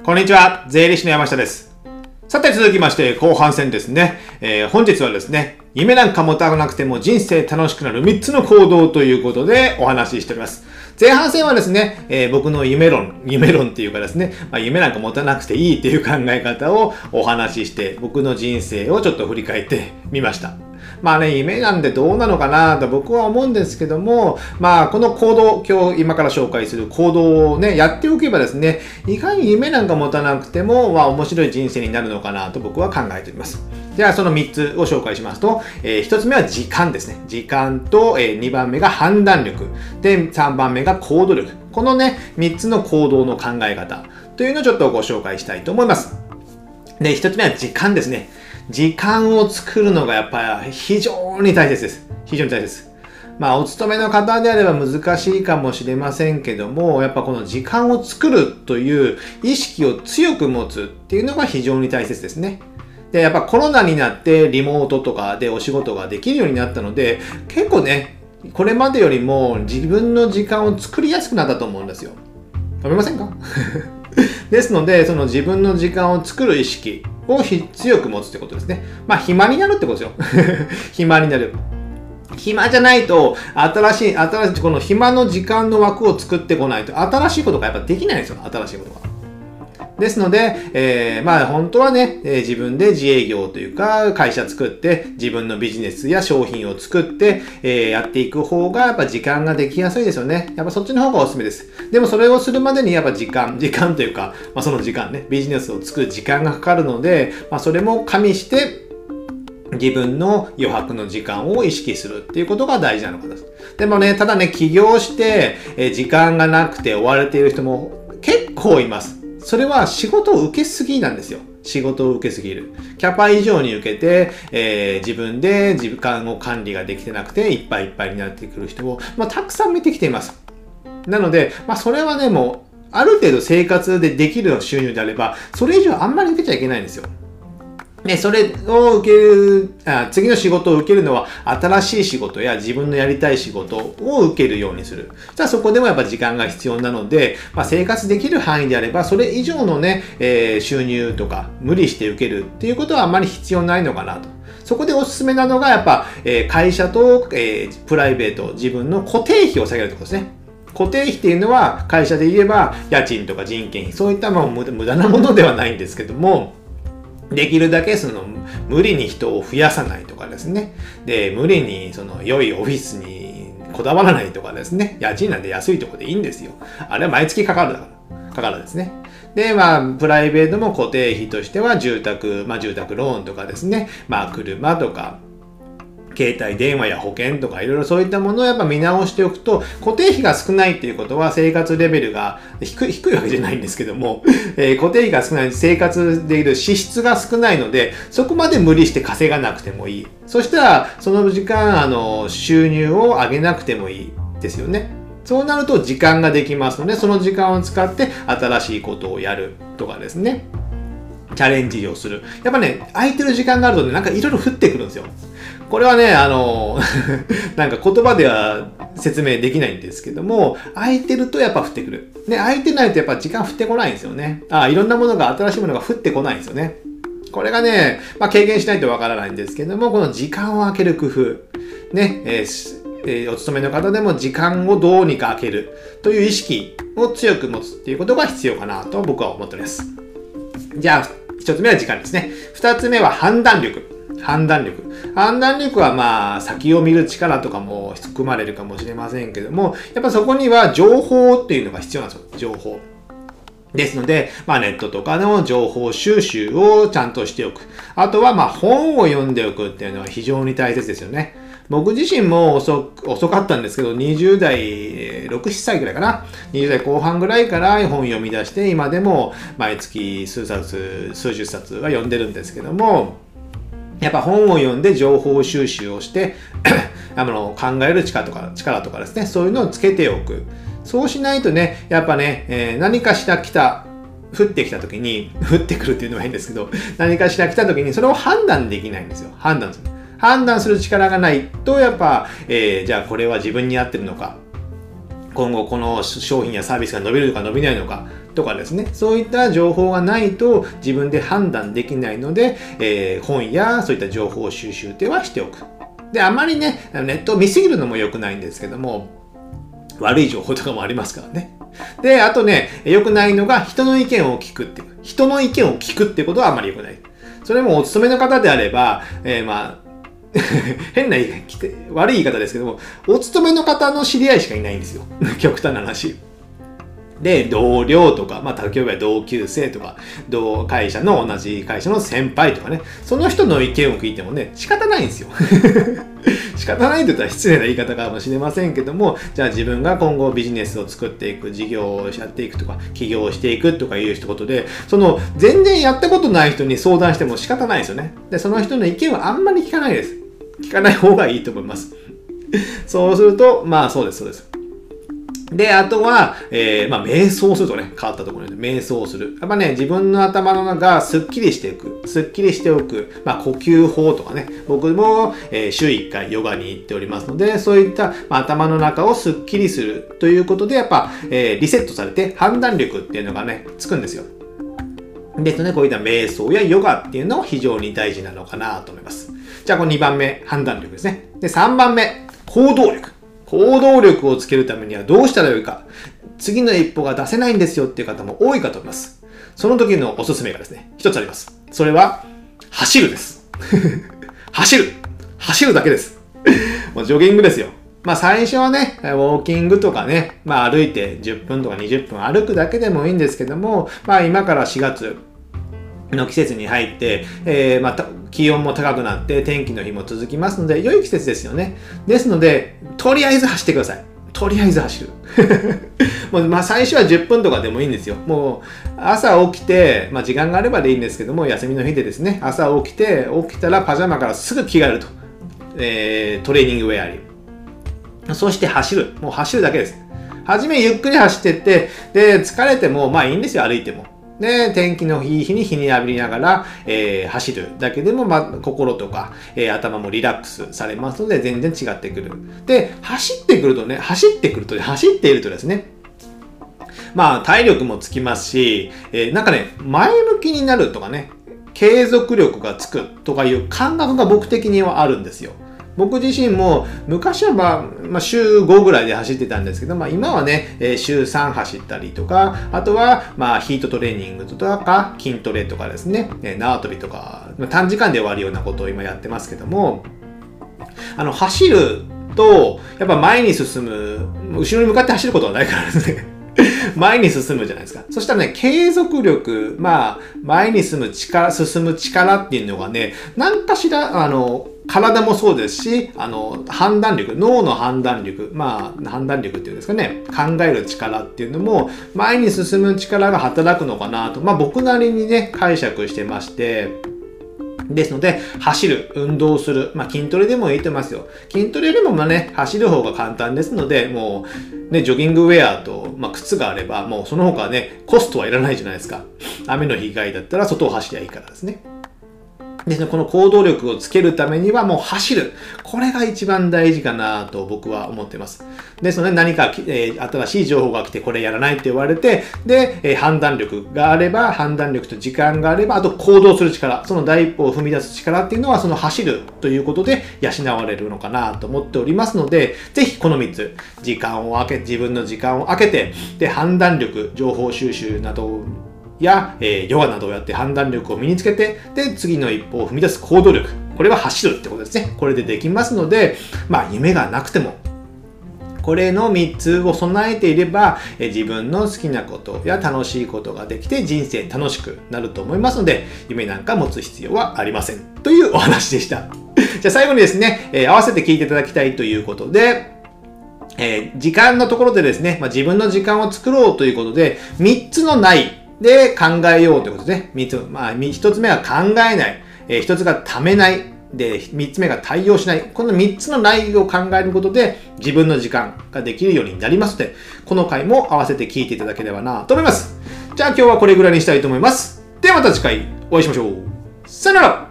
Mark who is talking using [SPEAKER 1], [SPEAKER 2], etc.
[SPEAKER 1] こんにちは、税理士の山下です。さて続きまして後半戦ですね。本日はですね、夢なんか持たなくても人生楽しくなる3つの行動ということでお話ししております。前半戦はですね、僕の夢論っていうかですね、夢なんか持たなくていいっていう考え方をお話しして、僕の人生をちょっと振り返ってみました。夢なんでどうなのかなと僕は思うんですけども、この行動、今から紹介する行動をね、やっておけばですね、いかに夢なんか持たなくても、面白い人生になるのかなと僕は考えております。じゃあその3つを紹介しますと、1つ目は時間ですね。時間と、2番目が判断力。で、3番目が行動力。このね、3つの行動の考え方というのをちょっとご紹介したいと思います。で、1つ目は時間ですね。時間を作るのがやっぱり非常に大切です。非常に大切です。お勤めの方であれば難しいかもしれませんけども、やっぱこの時間を作るという意識を強く持つっていうのが非常に大切ですね。で、やっぱコロナになってリモートとかでお仕事ができるようになったので、結構ね、これまでよりも自分の時間を作りやすくなったと思うんですよ。思いませんかですので、その自分の時間を作る意識を強く持つってことですね。暇になるってことですよ。暇になる。暇じゃないと、新しい、この暇の時間の枠を作ってこないと、新しいことがやっぱできないんですよ。新しいことが。ですので、本当はね、自分で自営業というか会社作って自分のビジネスや商品を作って、やっていく方がやっぱ時間ができやすいですよね。やっぱそっちの方がおすすめです。でもそれをするまでにやっぱ時間というか、その時間ね、ビジネスを作る時間がかかるので、それも加味して自分の余白の時間を意識するっていうことが大事なのかな。でもね、ただね、起業して、時間がなくて追われている人も結構います。それは仕事を受けすぎなんですよ。仕事を受けすぎる。キャパ以上に受けて、自分で時間を管理ができてなくていっぱいいっぱいになってくる人を、たくさん見てきています。なので、それはね、もう、ある程度生活でできる収入であれば、それ以上あんまり受けちゃいけないんですよ。で、それを受ける、次の仕事を受けるのは新しい仕事や自分のやりたい仕事を受けるようにする。じゃあそこでもやっぱ時間が必要なので、生活できる範囲であれば、それ以上のね、収入とか無理して受けるっていうことはあまり必要ないのかなと。そこでおすすめなのがやっぱ、会社と、プライベート、自分の固定費を下げるってことですね。固定費っていうのは会社で言えば家賃とか人件費、そういった無駄なものではないんですけども、できるだけ無理に人を増やさないとかですね。で、無理に良いオフィスにこだわらないとかですね。家賃なんて安いところでいいんですよ。あれは毎月かかるですね。で、プライベートも固定費としては住宅ローンとかですね。車とか、携帯電話や保険とかいろいろそういったものをやっぱ見直しておくと、固定費が少ないっていうことは生活レベルが低いわけじゃないんですけども、固定費が少ない、生活でいる支出が少ないので、そこまで無理して稼がなくてもいい。そしたら、その時間、収入を上げなくてもいいですよね。そうなると時間ができますので、その時間を使って新しいことをやるとかですね。チャレンジをする。やっぱね、空いてる時間があるとね、なんかいろいろ降ってくるんですよ。これはね、なんか言葉では説明できないんですけども、空いてるとやっぱ降ってくる。ね、空いてないとやっぱ時間降ってこないんですよね。いろんなものが、新しいものが降ってこないんですよね。これがね、経験しないとわからないんですけども、この時間を空ける工夫。ね、お勤めの方でも時間をどうにか空けるという意識を強く持つっていうことが必要かなと僕は思っております。じゃあ、一つ目は時間ですね。二つ目は判断力。判断力は先を見る力とかも含まれるかもしれませんけども、やっぱそこには情報っていうのが必要なんですよ。情報。ですので、ネットとかの情報収集をちゃんとしておく。あとは本を読んでおくっていうのは非常に大切ですよね。僕自身も遅かったんですけど、20代、6、7歳ぐらいかな。20代後半ぐらいから本を読み出して、今でも毎月数十冊は読んでるんですけども、やっぱ本を読んで情報収集をして考える力とかですね、そういうのをつけておく。そうしないとね、やっぱね、何かしら降ってきた時に、降ってくるっていうのは変ですけど、何かしら来た時にそれを判断できないんですよ。判断する力がないと、やっぱ、じゃあこれは自分に合ってるのか。 今後この商品やサービスが伸びるのか伸びないのかとかですね、そういった情報がないと自分で判断できないので、本やそういった情報収集ってはしておく。で、あまりね、ネットを見すぎるのも良くないんですけども、悪い情報とかもありますからね。で、あとね、良くないのが人の意見を聞くっていう。人の意見を聞くってことはあまり良くない。それもお勤めの方であれば、変な悪い言い方ですけども、お勤めの方の知り合いしかいないんですよ。極端な話。で、同僚とか、例えば同級生とか、同じ会社の先輩とかね、その人の意見を聞いてもね、仕方ないんですよ。仕方ないと言ったら失礼な言い方かもしれませんけども、じゃあ自分が今後ビジネスを作っていく、事業をやっていくとか、起業をしていくとかいう一言で、全然やったことない人に相談しても仕方ないですよね。で、その人の意見はあんまり聞かないです。聞かない方がいいと思います。そうすると、そうです、そうです。で、あとは、瞑想するとね、変わったところで、瞑想する。やっぱね、自分の頭の中がスッキリしておく。呼吸法とかね、僕も、週1回ヨガに行っておりますので、そういった、頭の中をスッキリするということで、やっぱ、リセットされて判断力っていうのがね、つくんですよ。ですので、こういった瞑想やヨガっていうのは非常に大事なのかなと思います。じゃあ、この2番目、判断力ですね。で、3番目、行動力。行動力をつけるためにはどうしたらよいか。次の一歩が出せないんですよっていう方も多いかと思います。その時のおすすめがですね、一つあります。それは、走るです。走るだけです。もうジョギングですよ。最初はね、ウォーキングとかね、歩いて10分とか20分歩くだけでもいいんですけども、今から4月、の季節に入って、気温も高くなって天気の日も続きますので、良い季節ですよね。ですので、とりあえず走ってください。とりあえず走る。もう最初は10分とかでもいいんですよ。もう朝起きて、時間があればでいいんですけども、休みの日でですね、朝起きたらパジャマからすぐ着替えると。トレーニングウェアに。そして走る。もう走るだけです。はじめゆっくり走ってって、で、疲れても、いいんですよ、歩いても。で、天気のいい日に日に浴びながら、走るだけでも、心とか、頭もリラックスされますので、全然違ってくる。で、走っているとですね、体力もつきますし、前向きになるとかね、継続力がつくとかいう感覚が僕的にはあるんですよ。僕自身も昔は週5ぐらいで走ってたんですけど、今はね、週3走ったりとか、あとはヒートトレーニングとか筋トレとかですね、縄跳びとか、短時間で終わるようなことを今やってますけども、走るとやっぱ前に進む、後ろに向かって走ることはないからですね。前に進むじゃないですか。そしたらね、継続力、前に進む力っていうのがね、何かしら、体もそうですし、判断力、脳の判断力、判断力っていうんですかね、考える力っていうのも、前に進む力が働くのかなと、僕なりにね、解釈してまして、ですので、走る、運動する、筋トレでもいいと思いますよ。筋トレよりもね、走る方が簡単ですので、もう、ね、ジョギングウェアと、靴があれば、もうその他はね、コストはいらないじゃないですか。雨の日以外だったら外を走りゃいいからですね。ですね、この行動力をつけるためにはもう走る。これが一番大事かなと僕は思っています。ですので何か、新しい情報が来てこれやらないって言われて、で、判断力があれば、判断力と時間があれば、あと行動する力、その第一歩を踏み出す力っていうのはその走るということで養われるのかなと思っておりますので、ぜひこの3つ、自分の時間を空けて、で、判断力、情報収集などや、ヨガなどをやって判断力を身につけて、で、次の一歩を踏み出す行動力。これは走るってことですね。これでできますので、夢がなくても、これの3つを備えていれば、自分の好きなことや楽しいことができて人生楽しくなると思いますので、夢なんか持つ必要はありません。というお話でした。じゃあ最後にですね、合わせて聞いていただきたいということで、時間のところでですね、自分の時間を作ろうということで、3つのないで考えようということですね。1つ目は考えない。1つがためない。で、3つ目が対応しない。この3つのないを考えることで自分の時間ができるようになりますので、この回も合わせて聞いていただければなと思います。じゃあ今日はこれぐらいにしたいと思います。ではまた次回お会いしましょう。さよなら。